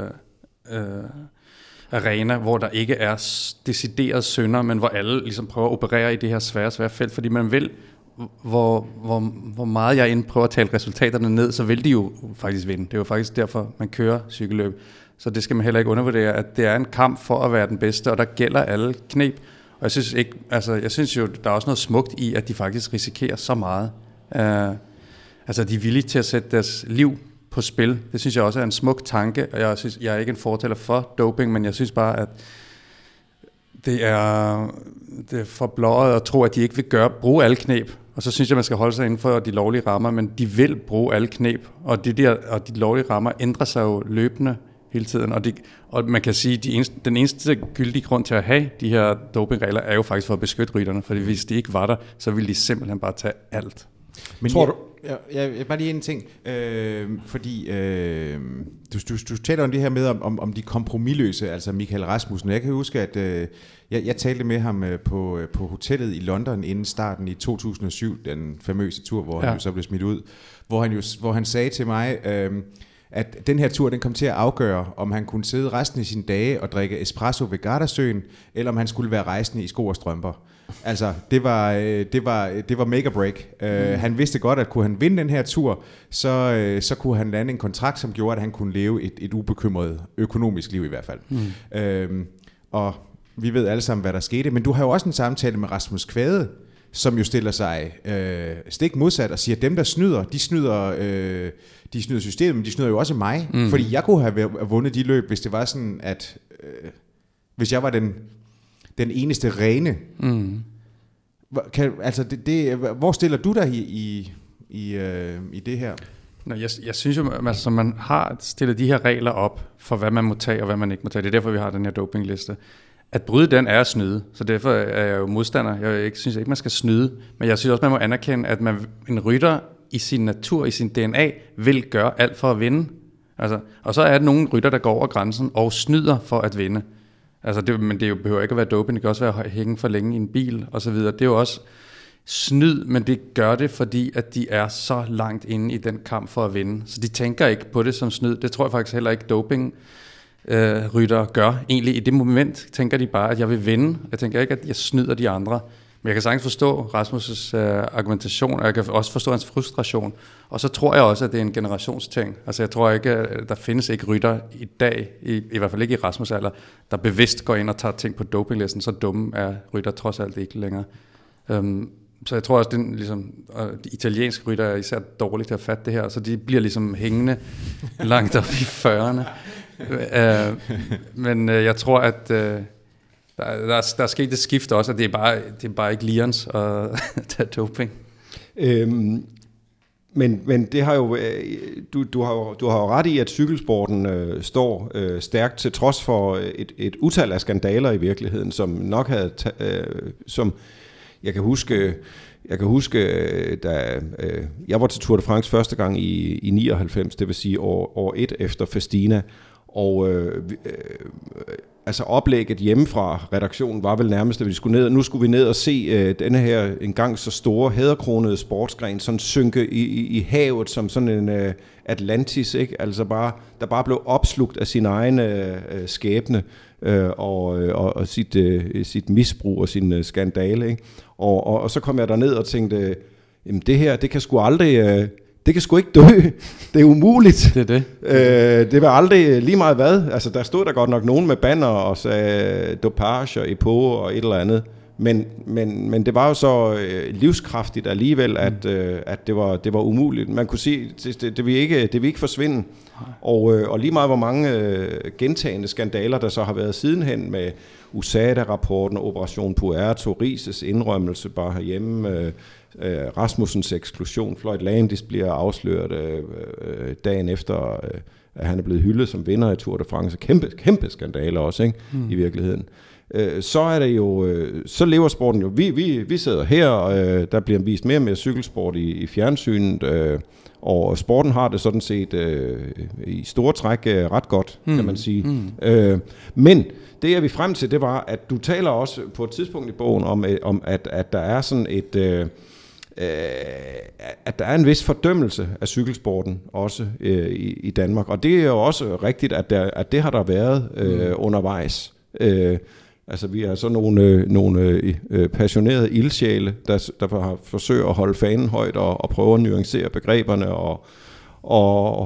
arena, hvor der ikke er decideret synder, men hvor alle ligesom prøver at operere i det her svære felt, fordi man vil, hvor meget jeg end prøver at tale resultaterne ned, så vil de jo faktisk vinde. Det er jo faktisk derfor, man kører cykelløb. Så det skal man heller ikke undervurdere, at det er en kamp for at være den bedste, og der gælder alle knep. Og jeg synes jo, der er også noget smukt i, at de faktisk risikerer så meget. Altså, de er villige til at sætte deres liv på spil. Det synes jeg også er en smuk tanke, og jeg er ikke en fortaler for doping, men jeg synes bare, at det er for blåret at tro, at de ikke vil bruge alle knep. Og så synes jeg, man skal holde sig inden for de lovlige rammer, men de vil bruge alle knep, og de lovlige rammer ændrer sig jo løbende hele tiden. Og man kan sige, at den eneste gyldige grund til at have de her dopingregler er jo faktisk for at beskytte rytterne, fordi hvis de ikke var der, så ville de simpelthen bare tage alt. Men tror du? Jeg bare lige en ting, fordi du taler om det her med om de kompromisløse, altså Michael Rasmussen. Jeg kan huske, at jeg talte med ham på hotellet i London inden starten i 2007, den famøse tur, hvor han jo så blev smidt ud, hvor han sagde til mig, at den her tur, den kom til at afgøre, om han kunne sidde resten af sine dage og drikke espresso ved Gardasøen, eller om han skulle være rejsende i sko og strømper. Altså, det var make or break. Han vidste godt, at kunne han vinde den her tur, så kunne han lande en kontrakt, som gjorde, at han kunne leve et ubekymret økonomisk liv i hvert fald. Og vi ved alle sammen, hvad der skete. Men du har jo også en samtale med Rasmus Kvade, som jo stiller sig stik modsat og siger, at dem, der snyder, de snyder systemet, men de snyder jo også mig. Fordi jeg kunne have vundet de løb, hvis det var sådan, at hvis jeg var den eneste rene. Hvor stiller du dig i det her? Nå, jeg synes jo, altså, man har stillet de her regler op for, hvad man må tage og hvad man ikke må tage. Det er derfor, vi har den her dopingliste. At bryde den er at snyde, så derfor er jeg jo modstander. Jeg synes ikke, man skal snyde, men jeg synes også, man må anerkende, at en rytter i sin natur, i sin DNA, vil gøre alt for at vinde. Altså, og så er der nogle rytter, der går over grænsen og snyder for at vinde. Altså men det behøver ikke at være doping, det kan også være at hænge for længe i en bil og så videre. Det er jo også snyd, men det gør det, fordi at de er så langt inde i den kamp for at vinde. Så de tænker ikke på det som snyd. Det tror jeg faktisk heller ikke doping rytter gør. Egentlig i det moment tænker de bare, at jeg vil vinde. Jeg tænker ikke, at jeg snyder de andre. Men jeg kan sagtens forstå Rasmus' argumentation, og jeg kan også forstå hans frustration. Og så tror jeg også, at det er en generationsting. Altså jeg tror ikke, at der findes ikke rytter i dag, i hvert fald ikke i Rasmus' alder, der bevidst går ind og tager ting på dopinglisten. Så dumme er rytter trods alt ikke længere. Så jeg tror også, at de italienske rytter er især dårligt til at fatte det her, så de bliver ligesom hængende langt op i 40'erne. Men jeg tror, at der er sket et skift også, at det er bare ikke lirens at tage doping. Men det har jo du har jo ret i, at cykelsporten står stærkt til trods for et utal af skandaler i virkeligheden, som nok havde som jeg kan huske, da jeg var til Tour de France første gang i 99, det vil sige år 1 efter Festina, og altså oplægget hjemmefra redaktionen var vel nærmest, at vi skulle ned, nu skulle vi ned og se denne her engang så store hæderkronede sportsgren sådan synke i havet som sådan en Atlantis, ikke? Altså der bare blev opslugt af sin egen skæbne og sit misbrug og sin skandale, ikke? Og så kom jeg derned og tænkte, jamen det her, det kan sgu aldrig... Det kan sgu ikke dø. Det er umuligt. Det er det. Det var aldrig lige meget hvad. Altså, der stod der godt nok nogen med banner og sagde dopage og EPO og et eller andet. Men det var jo så livskraftigt alligevel, at det var umuligt. Man kunne sige, det vil ikke forsvinde. Og lige meget hvor mange gentagende skandaler, der så har været sidenhen med USADA-rapporten, Operation Puerto, Rises indrømmelse bare herhjemme, Rasmussens eksklusion, Floyd Landis bliver afsløret dagen efter, at han er blevet hyldet som vinder i Tour de France. Kæmpe skandaler også, ikke? I virkeligheden. Så er det jo, så lever sporten jo. Vi sidder her, og der bliver vist mere og mere cykelsport i fjernsynet, og sporten har det sådan set i store træk ret godt, kan man sige. Men det er vi frem til, det var, at du taler også på et tidspunkt i bogen om at der er sådan et... at der er en vis fordømmelse af cykelsporten også i Danmark, og det er jo også rigtigt, at det har der været undervejs. Altså vi er så nogle passionerede ildsjæle, der har forsøgt at holde fanen højt og prøve at nuancere begreberne og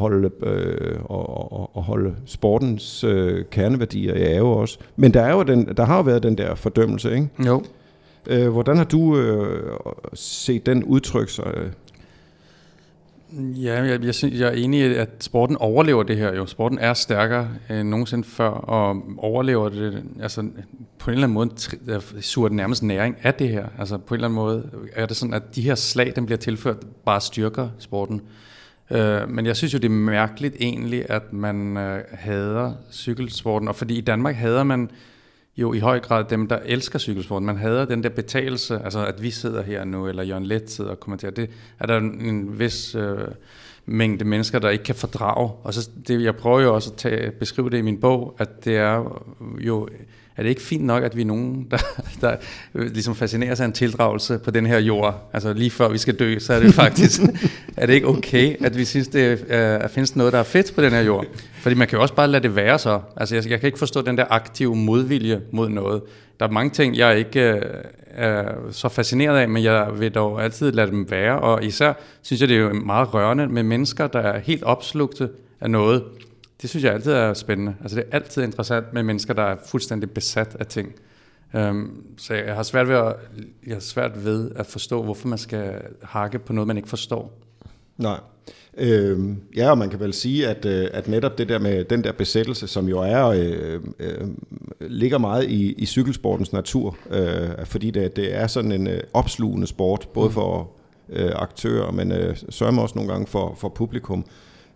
holde sportens kerneværdier i ave også. Men der har jo været den der fordømmelse, ikke? Jo. Hvordan har du set den udtryk sig? Ja, jeg er enig i, at sporten overlever det her jo. Sporten er stærkere end nogensinde før, og overlever det, altså på en eller anden måde suger den nærmest næring af det her. Altså på en eller anden måde er det sådan, at de her slag, den bliver tilført, bare styrker sporten. Men jeg synes jo, det er mærkeligt egentlig, at man hader cykelsporten, og fordi i Danmark hader man jo i høj grad dem, der elsker cykelsporten. Man hader den der betalelse, altså at vi sidder her nu, eller Jørgen Leth sidder og kommenterer. Det er der en vis mængde mennesker, der ikke kan fordrage. Og så jeg prøver jo også at beskrive det i min bog, at det er jo... Er det ikke fint nok, at vi er nogen, der ligesom fascinerer sig af en tildragelse på den her jord? Altså lige før vi skal dø, så er det faktisk... er det ikke okay, at vi synes, at findes noget, der er fedt på den her jord? Fordi man kan jo også bare lade det være så. Altså jeg kan ikke forstå den der aktive modvilje mod noget. Der er mange ting, jeg ikke er så fascineret af, men jeg vil dog altid lade dem være. Og især synes jeg, det er jo meget rørende med mennesker, der er helt opslugte af noget. Det synes jeg altid er spændende. Altså det er altid interessant med mennesker, der er fuldstændig besat af ting. Så jeg har svært ved at forstå, hvorfor man skal hakke på noget, man ikke forstår. Nej. Ja, og man kan vel sige, at netop det der med den der besættelse, som jo ligger meget i cykelsportens natur, fordi det er sådan en opslugende sport, både for aktører, men sørger også nogle gange for publikum.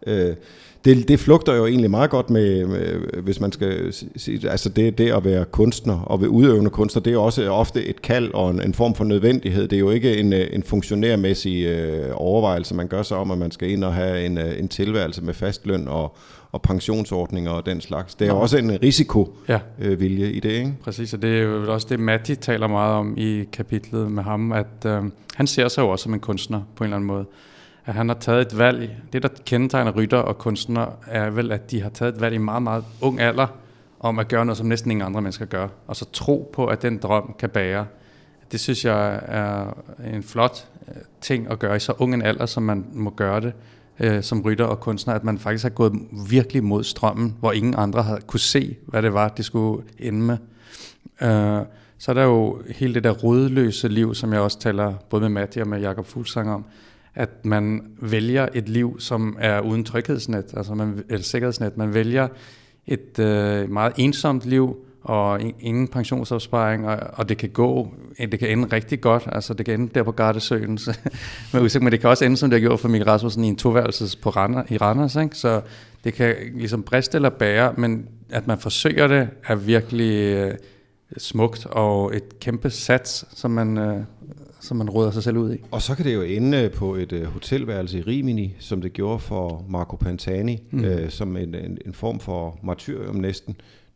Det flugter jo egentlig meget godt med hvis man skal sige, altså det at være kunstner og ved udøvende kunstner, det er også ofte et kald og en form for nødvendighed. Det er jo ikke en funktionærmæssig overvejelse, man gør sig om, at man skal ind og have en tilværelse med fast løn og pensionsordninger og den slags. Det er jo også en risikovilje i det, ikke? Præcis, og det er jo også det, Matti taler meget om i kapitlet med ham, at han ser sig jo også som en kunstner på en eller anden måde. At han har taget et valg. Det, der kendetegner rytter og kunstnere, er vel, at de har taget et valg i meget, meget ung alder, om at gøre noget, som næsten ingen andre mennesker gør. Og så tro på, at den drøm kan bære. Det synes jeg er en flot ting at gøre i så ung en alder, som man må gøre det som rytter og kunstner, at man faktisk har gået virkelig mod strømmen, hvor ingen andre havde kunne se, hvad det var, det skulle ende med. Så er der jo hele det der rodløse liv, som jeg også taler både med Matti og med Jakob Fuglsang om, at man vælger et liv, som er uden tryghedsnet, altså eller sikkerhedsnet. Man vælger et meget ensomt liv, og ingen pensionsopsparing, og det kan ende rigtig godt. Altså det kan ende der på Gardesøen med udsigt, men det kan også ende, som det har gjort for Mikkel Rasmussen i en toværelses i Randers. Ikke? Så det kan ligesom briste eller bære, men at man forsøger det, er virkelig smukt, og et kæmpe sats, som man råder sig selv ud i. Og så kan det jo ende på et hotelværelse i Rimini, som det gjorde for Marco Pantani, som en form for martyrium næsten.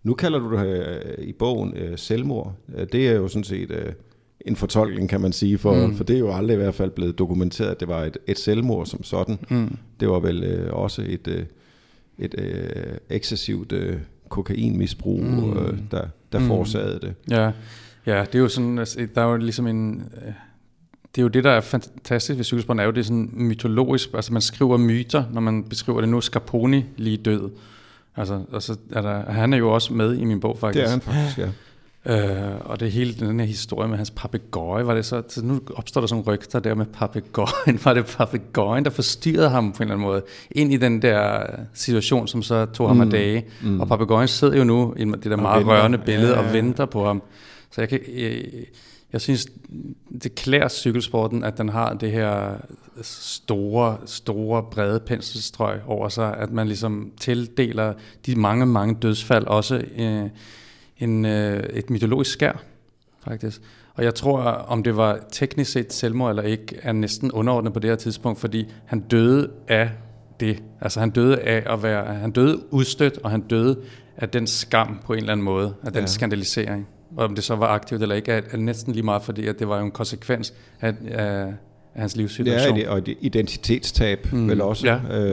Nu kalder du det i bogen selvmord. Det er jo sådan set en fortolkning, kan man sige, for det er jo aldrig i hvert fald blevet dokumenteret, at det var et selvmord som sådan. Det var vel også et ekscessivt kokainmisbrug, der forårsagede det. Ja, det er jo sådan, der er jo ligesom det er jo det, der er fantastisk ved cykelsporten, er jo det sådan mytologisk, altså man skriver myter, når man beskriver det. Nu Scarponi lige død. Altså, og så han er jo også med i min bog, faktisk. Det er han faktisk, ja. Og det hele den her historie med hans papegøje, var det så nu opstår der sådan rygter der med papegøjen. Var det papegøjen, der forstyrrede ham på en eller anden måde ind i den der situation, som så tog ham af dage. Og papegøjen sidder jo nu i det der meget rørende billede og venter på ham. Så jeg synes, det klæder cykelsporten, at den har det her store, brede penselstrøg over sig, at man ligesom tildeler de mange dødsfald også et mytologisk skær, faktisk. Og jeg tror, om det var teknisk set selvmord eller ikke, er næsten underordnet på det her tidspunkt, fordi han døde af det. Altså han døde af han døde udstødt, og han døde af den skam på en eller anden måde, af den skandalisering. Og om det så var aktivt eller ikke, er næsten lige meget, fordi at det var jo en konsekvens af hans livssituation. Ja, og et identitetstab vel også.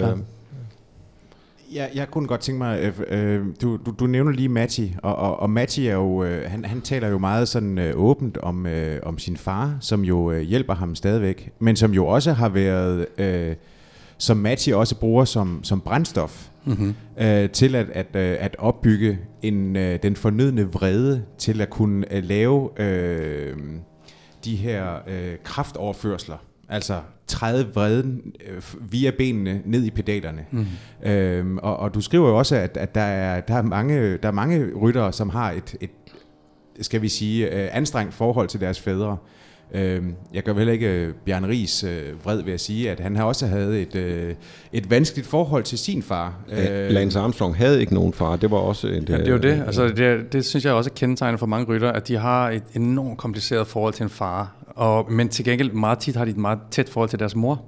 Ja, jeg kunne godt tænke mig, du nævner lige Matti, og Matti er jo, han taler jo meget sådan åbent om sin far, som jo hjælper ham stadigvæk, men som jo også har været, som Matti også bruger som brændstof, til at opbygge den fornødne vrede til at kunne lave de her kraftoverførsler. Altså træde vreden via benene ned i pedalerne. Og du skriver jo også, at der er mange ryttere, som har et skal vi sige, anstrengt forhold til deres fædre. Jeg gør vel ikke Bjarne Riis vred ved at sige, at han har også havde et vanskeligt forhold til sin far. Lance Armstrong havde ikke nogen far. Det var også det er jo det. Altså, det synes jeg også er kendetegnet for mange ryttere, at de har et enormt kompliceret forhold til en far. Men til gengæld meget tit har de et meget tæt forhold til deres mor.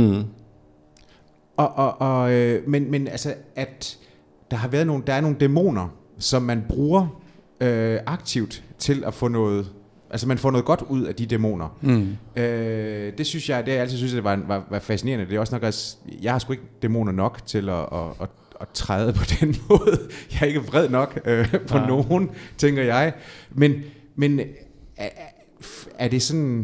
Men altså, at der er nogle dæmoner, som man bruger aktivt til at få noget. Altså man får noget godt ud af de dæmoner. Det synes jeg, det jeg altid synes, det var fascinerende. Det er også nok, jeg har sgu ikke dæmoner nok til at træde på den måde. Jeg er ikke vred nok på nogen, tænker jeg. Men er det sådan...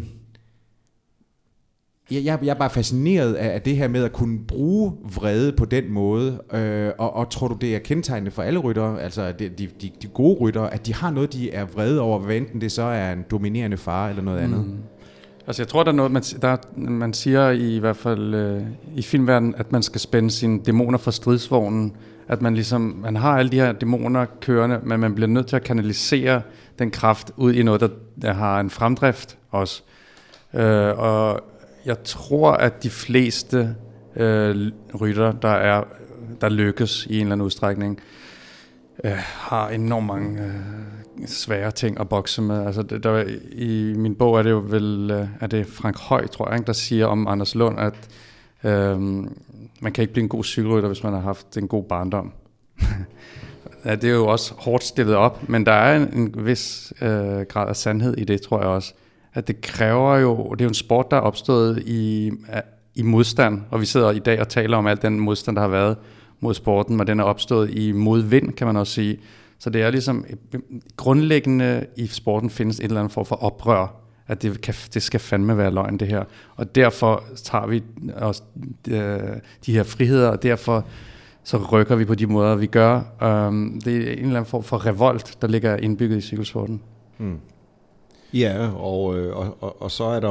Jeg er bare fascineret af det her med at kunne bruge vrede på den måde, og tror du, det er kendetegnende for alle ryttere, altså de gode ryttere, at de har noget, de er vrede over, hvad enten det så er en dominerende far eller noget andet? Altså jeg tror, der er noget, man siger i hvert fald i filmverdenen, at man skal spænde sine dæmoner for stridsvognen, at man har alle de her dæmoner kørende, men man bliver nødt til at kanalisere den kraft ud i noget, der har en fremdrift også. Og jeg tror, at de fleste rytter, der lykkes i en eller anden udstrækning, har enormt mange svære ting at bokse med. Altså, i min bog er det jo vel er det Frank Høj, tror jeg, der siger om Anders Lund, at man kan ikke blive en god cykelrytter, hvis man har haft en god barndom. Ja, det er jo også hårdt stillet op, men der er en vis grad af sandhed i det, tror jeg også. At det kræver jo, det er jo en sport, der er opstået i modstand, og vi sidder i dag og taler om al den modstand, der har været mod sporten, og den er opstået i modvind, kan man også sige. Så det er ligesom, grundlæggende i sporten findes en eller anden form for oprør, at det skal fandme være løgn, det her. Og derfor tager vi også de her friheder, og derfor så rykker vi på de måder, vi gør. Det er en eller anden form for revolt, der ligger indbygget i cykelsporten. Ja, og så er der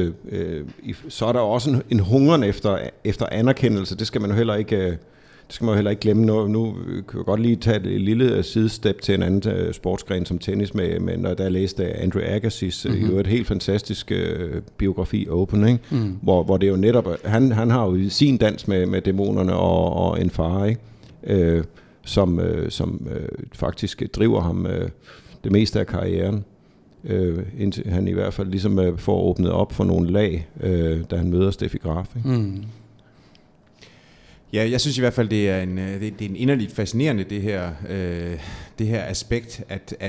også en hungeren efter anerkendelse. Det skal man jo heller ikke glemme. Nu kan jeg godt lige tage et lille sidestep til en anden sportsgren som tennis med når der læste Andrew Agassi's jo et helt fantastisk biografi Open, ikke? Hvor det jo netop han har jo sin dans med dæmonerne og en far, ikke? Som faktisk driver ham det meste af karrieren. Indtil han i hvert fald ligesom får åbnet op for nogle lag, da han møder Steffi Graf. Ikke? Ja, jeg synes i hvert fald, det er en inderligt fascinerende, det her aspekt,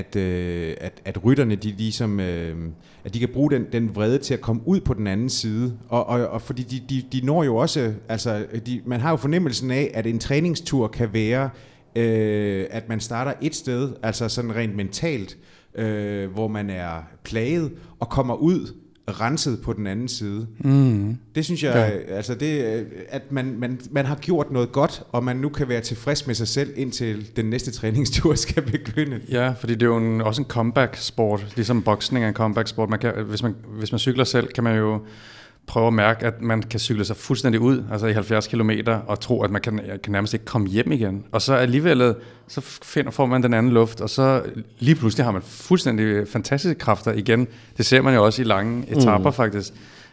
at rytterne, de ligesom, at de kan bruge den vrede til at komme ud på den anden side. Og fordi de når jo også, altså, man har jo fornemmelsen af, at en træningstur kan være, at man starter et sted, altså sådan rent mentalt, hvor man er plaget, og kommer ud renset på den anden side. Det synes jeg, altså det, at man har gjort noget godt, og man nu kan være tilfreds med sig selv, indtil den næste træningstur skal begynde. Ja, fordi det er jo også en comeback-sport, ligesom boksning er en comeback-sport. Hvis man cykler selv, kan man jo prøve at mærke, at man kan cykle sig fuldstændig ud, altså i 70 kilometer, og tro, at man kan nærmest ikke komme hjem igen. Og så alligevel, så får man den anden luft, og så lige pludselig har man fuldstændig fantastiske kræfter igen. Det ser man jo også i lange etaper faktisk.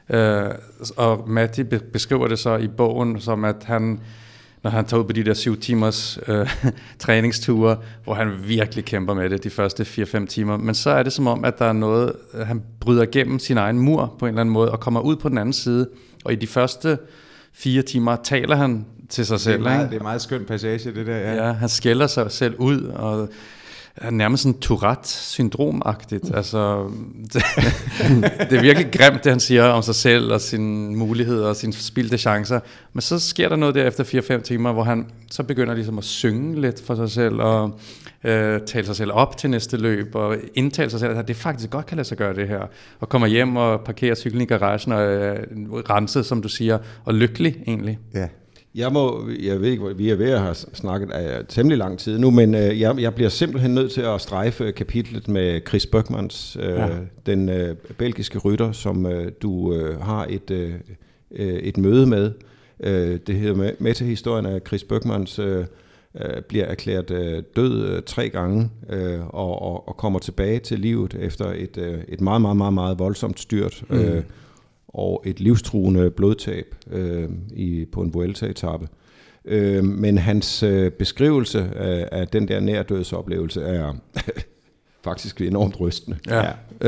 Og Matti beskriver det så i bogen, som at han, når han tager ud på de der 7 timers træningsture, hvor han virkelig kæmper med det de første 4-5 timer. Men så er det som om, at der er noget, han bryder igennem sin egen mur på en eller anden måde, og kommer ud på den anden side. Og i de første 4 timer taler han til sig selv. Det er en meget skøn passage, det der. Ja, han skælder sig selv ud, og er nærmest sådan Tourette-syndrom-agtigt. Altså, det er virkelig grimt, det han siger om sig selv, og sine muligheder, og sine spildte chancer. Men så sker der noget der efter 4-5 timer, hvor han så begynder ligesom at synge lidt for sig selv, og tale sig selv op til næste løb, og indtale sig selv, at det faktisk godt kan lade sig gøre det her. Og kommer hjem og parkerer cyklen i garagen, og renset, som du siger, og lykkelig egentlig. Ja. Jeg ved ikke, vi er ved at have snakket temmelig lang tid nu, men jeg bliver simpelthen nødt til at strejfe kapitlet med Chris Bøckmanns, den belgiske rytter, som du har et møde med. Det hedder med til historien af Chris Bøckmanns bliver erklæret død 3 gange og kommer tilbage til livet efter et meget, meget, meget, meget voldsomt styrt og et livstruende blodtab på en Vuelta-etape. Men hans beskrivelse af den der nærdødsoplevelse er faktisk enormt rystende. Ja.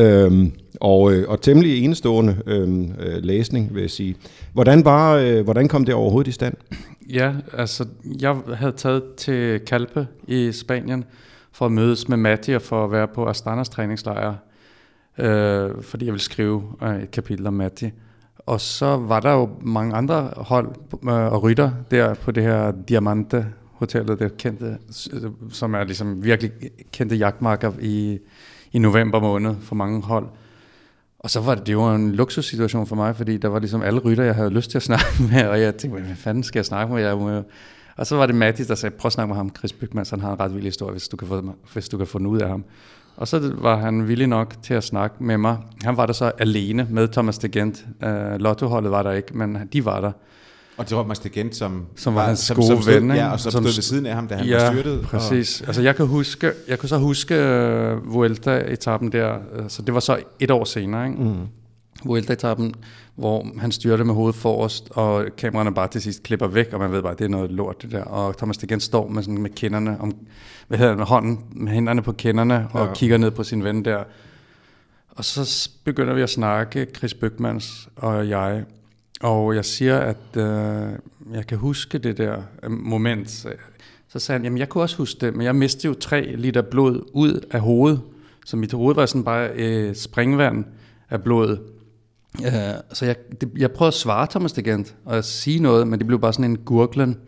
Og temmelig enestående læsning, vil jeg sige. Hvordan kom det overhovedet i stand? Ja, altså jeg havde taget til Calpe i Spanien for at mødes med Matti og for at være på Astanas træningslejr, fordi jeg ville skrive et kapitel om Matti. Og så var der jo mange andre hold og rytter der på det her Diamante hotellet, det kendte, som er ligesom virkelig kendte jagtmarker i november måned for mange hold. Og så var det jo en luksussituation for mig, fordi der var ligesom alle rytter, jeg havde lyst til at snakke med, og jeg tænkte, hvad fanden skal jeg snakke med? Og så var det Matti, der sagde, prøv at snakke med ham, Chris Bøckmann, han har en ret vild historie, hvis du kan få den ud af ham. Og så var han villig nok til at snakke med mig. Han var der så alene med Thomas de Gendt. Lottoholdet var der ikke, men de var der. Og Thomas de Gendt, som var hans gode ven. Ja, og som stod ved siden af ham, da han var styrtet. Ja, præcis. Altså jeg kunne så huske Vuelta-etappen der. Så det var så 1 år senere, ikke? Vuelta-etappen, hvor han styrte med hovedet forrest, og kameraerne bare til sidst klipper væk, og man ved bare, det er noget lort, det der. Og Thomas de Gendt står med kinderne med hænderne på kinderne, og kigger ned på sin ven der. Og så begynder vi at snakke, Chris Bøckmanns og jeg. Og jeg siger, at jeg kan huske det der moment. Så sagde han, jamen jeg kunne også huske det, men jeg mistede jo 3 liter blod ud af hovedet. Så mit hoved var sådan bare springvand af blod. Så jeg prøvede at svare Thomas de Gendt og at sige noget, men det blev bare sådan en gurglen.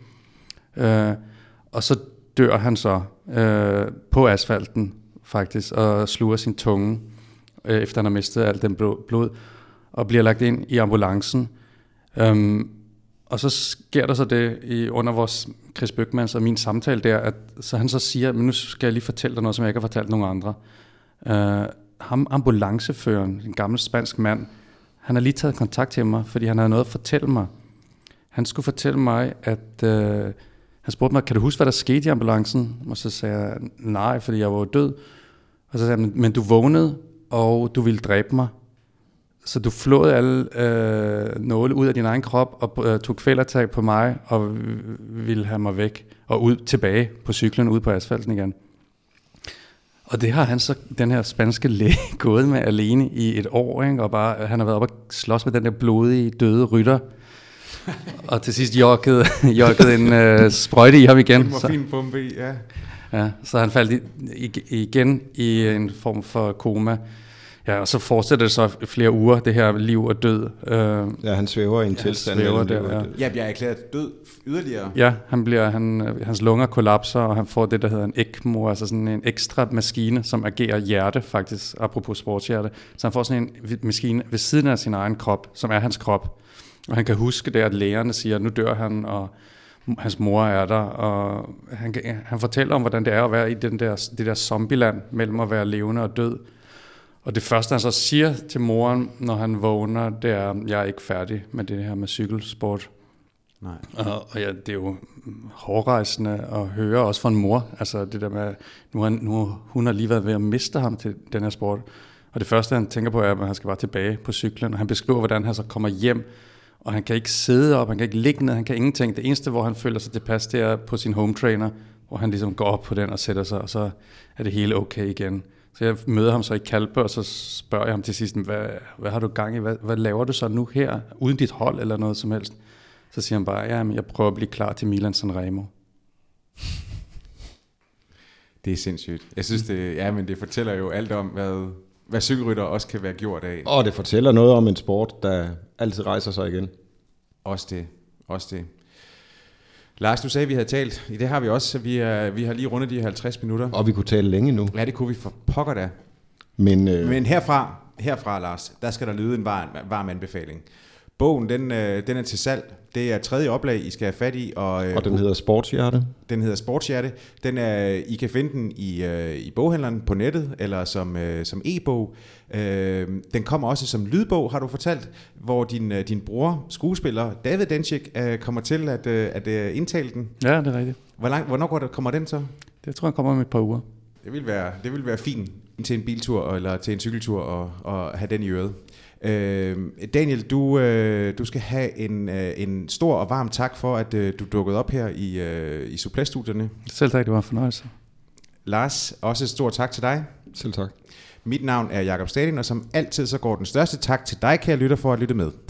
Og så dør han så på asfalten faktisk, og sluger sin tunge, efter han har mistet alt den blod, og bliver lagt ind i ambulancen. Og så sker der så det under vores Chris Bøckmanns og min samtale der, at så han så siger, men nu skal jeg lige fortælle dig noget, som jeg ikke har fortalt nogen andre. Ham ambulanceføren, en gammel spansk mand, han har lige taget kontakt til mig, fordi han havde noget at fortælle mig. Han skulle fortælle mig, at han spurgte mig, kan du huske, hvad der skete i ambulancen? Og så sagde jeg, nej, fordi jeg var død. Og så sagde han, men du vågnede, og du ville dræbe mig. Så du flåede alle nåle ud af din egen krop, og tog kvælertag på mig, og ville have mig væk, og ud tilbage på cyklen, ud på asfalten igen. Og det har han så, den her spanske læge, gået med alene i 1 år, ikke? Og bare, han har været oppe og slås med den der blodige, døde rytter. og til sidst jokkede en sprøjte i ham igen. En morfinpumpe i, ja. Ja, så han faldt igen i en form for koma. Ja, og så fortsætter det så flere uger, det her liv og død. Ja, han svæver i en tilstand. Ja, bliver erklæret død yderligere. Ja, hans lunger kollapser, og han får det, der hedder en ECMO, altså sådan en ekstra maskine, som agerer hjerte, faktisk, apropos sportshjerte. Så han får sådan en maskine ved siden af sin egen krop, som er hans krop. Og han kan huske det, at lægerne siger, at nu dør han, og hans mor er der, og han fortæller om, hvordan det er at være i det der zombieland mellem at være levende og død. Og det første, han så siger til moren, når han vågner, det er, jeg er ikke færdig med det her med cykelsport. Nej. Og ja, det er jo hårdrejsende at høre, også fra en mor. Altså det der med, hun har lige været ved at miste ham til den her sport. Og det første, han tænker på, er, at han skal bare tilbage på cyklen. Og han beskriver, hvordan han så kommer hjem, og han kan ikke sidde op, han kan ikke ligge ned, han kan ingenting. Det eneste, hvor han føler sig tilpas, det er på sin home trainer, hvor han ligesom går op på den og sætter sig, og så er det hele okay igen. Så jeg møder ham så i Kalpe, og så spørger jeg ham til sidst, hvad har du gang i? Hvad laver du så nu her, uden dit hold eller noget som helst? Så siger han bare, ja, jeg prøver at blive klar til Milan Sanremo. Det er sindssygt. Jeg synes, det fortæller jo alt om, hvad cykelrytter også kan være gjort af. Og det fortæller noget om en sport, der altid rejser sig igen. Også det. Lars, du sagde, at vi havde talt. Det har vi også. Vi har lige rundet de 50 minutter. Og vi kunne tale længe nu. Ja, det kunne vi for pokker da. Men herfra, Lars, der skal der lyde en varm anbefaling. Bogen, den er til salg. Det er 3. oplag, I skal have fat i. Og den hedder Sportshjerte. Den hedder Sportshjerte. I kan finde den i boghandleren på nettet, eller som e-bog. Den kommer også som lydbog, har du fortalt, hvor din bror, skuespiller David Dencik, kommer til at indtale den. Ja, det er rigtigt. Hvornår kommer den så? Det tror jeg kommer om et par uger. Det vil være fint til en biltur eller til en cykeltur og have den i øret. Daniel, du skal have en stor og varm tak for, at du dukkede op her i Supplé-studierne. Selv tak, det var en fornøjelse. Lars, også et stort tak til dig. Selv tak. Mit navn er Jakob Stadin, og som altid så går den største tak til dig, kære lytter, for at lytte med.